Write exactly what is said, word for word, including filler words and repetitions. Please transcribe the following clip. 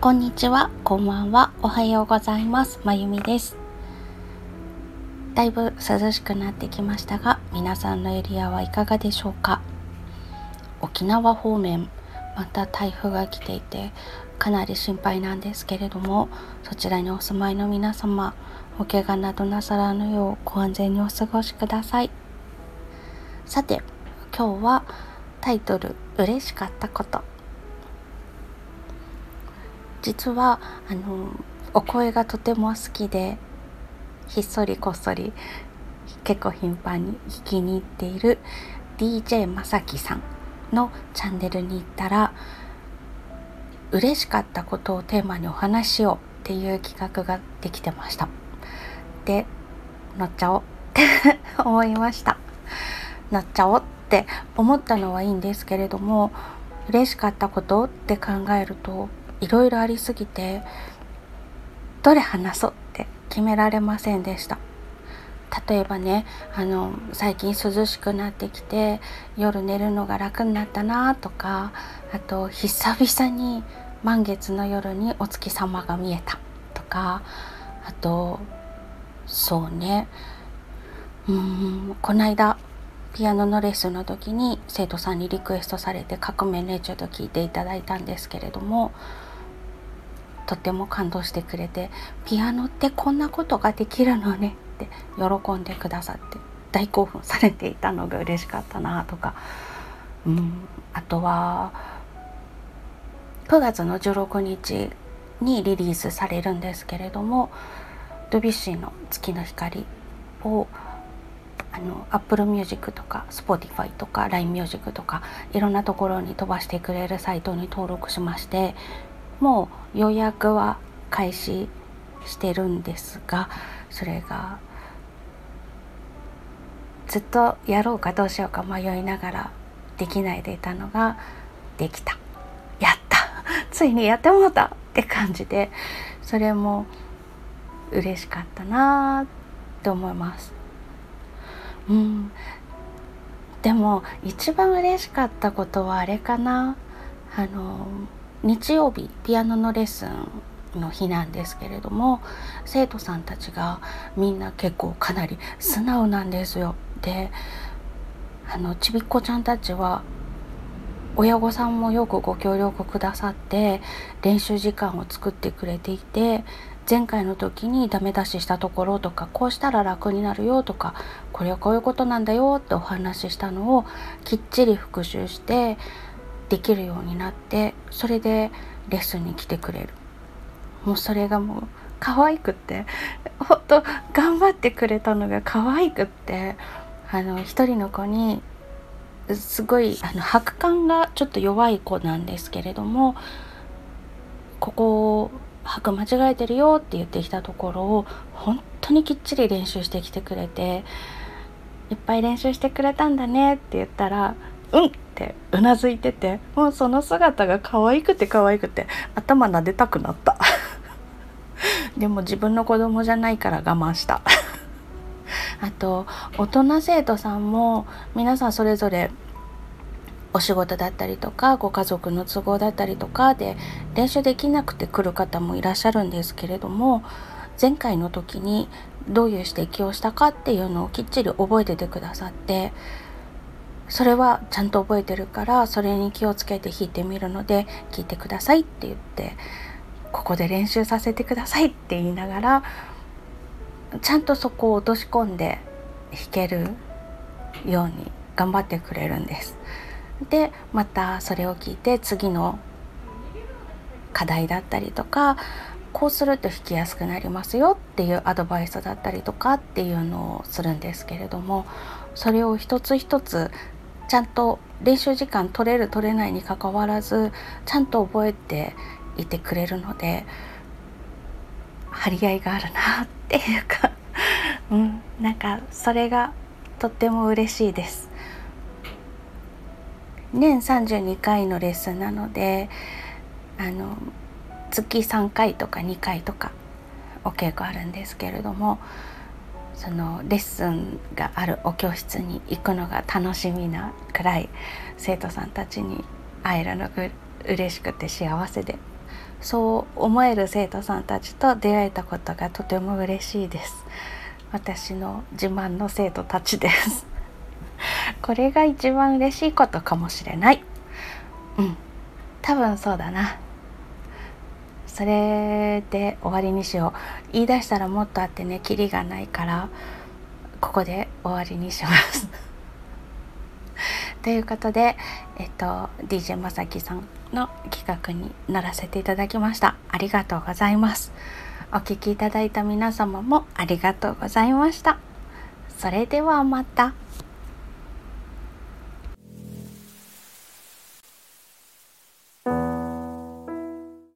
こんにちは、こんばんは、おはようございます。まゆみです。だいぶ涼しくなってきましたが、皆さんのエリアはいかがでしょうか。沖縄方面、また台風が来ていて、かなり心配なんですけれども、そちらにお住まいの皆様、お怪我などなさらぬようご安全にお過ごしください。さて、今日はタイトル、嬉しかったこと。実はあのお声がとても好きで、ひっそりこっそり結構頻繁に聞きに行っている ディージェー まさきさんのチャンネルに行ったら、嬉しかったことをテーマにお話ししようっていう企画ができてました。で、乗っちゃおうって思いました。乗っちゃおうって思ったのはいいんですけれども、嬉しかったことって考えるといろいろありすぎて、どれ話そうって決められませんでした。例えばね、あの最近涼しくなってきて夜寝るのが楽になったなとか、あと久々に満月の夜にお月様が見えたとか、あとそうね、うーんこの間ピアノのレッスンの時に生徒さんにリクエストされて革命ねちょっと聞いていただいたんですけれども、とっても感動してくれて、ピアノってこんなことができるのねって喜んでくださって大興奮されていたのが嬉しかったなとか、うん、あとはくがつのじゅうろくにちにリリースされるんですけれども、ドビュッシーの月の光をあの Apple Music とか Spotify とか ライン Music とかいろんなところに飛ばしてくれるサイトに登録しまして、もう予約は開始してるんですが、それがずっとやろうかどうしようか迷いながらできないでいたのができた、やったついにやってもうたって感じで、それも嬉しかったなと思います。うん、でも一番嬉しかったことはあれかな、あの日曜日ピアノのレッスンの日なんですけれども、生徒さんたちがみんな結構かなり素直なんですよ。で、あのちびっこちゃんたちは親御さんもよくご協力くださって練習時間を作ってくれていて、前回の時にダメ出ししたところとか、こうしたら楽になるよとか、これはこういうことなんだよってお話ししたのをきっちり復習してできるようになって、それでレッスンに来てくれる。もうそれがもう可愛くって、ほんと頑張ってくれたのが可愛くって、あの一人の子にすごいあの拍感がちょっと弱い子なんですけれども、ここ拍間違えてるよって言ってきたところを本当にきっちり練習してきてくれて、いっぱい練習してくれたんだねって言ったら、うんってうなずいてて、もうその姿が可愛くて可愛くて頭撫でたくなったでも自分の子供じゃないから我慢したあと大人生徒さんも皆さんそれぞれお仕事だったりとかご家族の都合だったりとかで練習できなくて来る方もいらっしゃるんですけれども、前回の時にどういう指摘をしたかっていうのをきっちり覚えててくださって、それはちゃんと覚えてるからそれに気をつけて弾いてみるので聞いてくださいって言って、ここで練習させてくださいって言いながらちゃんとそこを落とし込んで弾けるように頑張ってくれるんです。でまたそれを聞いて次の課題だったりとか、こうすると弾きやすくなりますよっていうアドバイスだったりとかっていうのをするんですけれども、それを一つ一つちゃんと練習時間取れる取れないにかかわらずちゃんと覚えていてくれるので、張り合いがあるなっていうかうん、なんかそれがとっても嬉しいです。年さんじゅうにかいのレッスンなので、あの月さんかいとかにかいとかお稽古あるんですけれども、そのレッスンがあるお教室に行くのが楽しみなくらい生徒さんたちに会えるのが嬉しくて幸せで、 そう思える生徒さんたちと出会えたことがとても嬉しいです。私の自慢の生徒たちですこれが一番嬉しいことかもしれない。うん多分そうだな。それで終わりにしよう。言い出したらもっとあってね、キリがないからここで終わりにしますということで、えっと ディージェー まさきさんの企画に乗らせていただきました。ありがとうございます。お聞きいただいた皆様もありがとうございました。それではまた。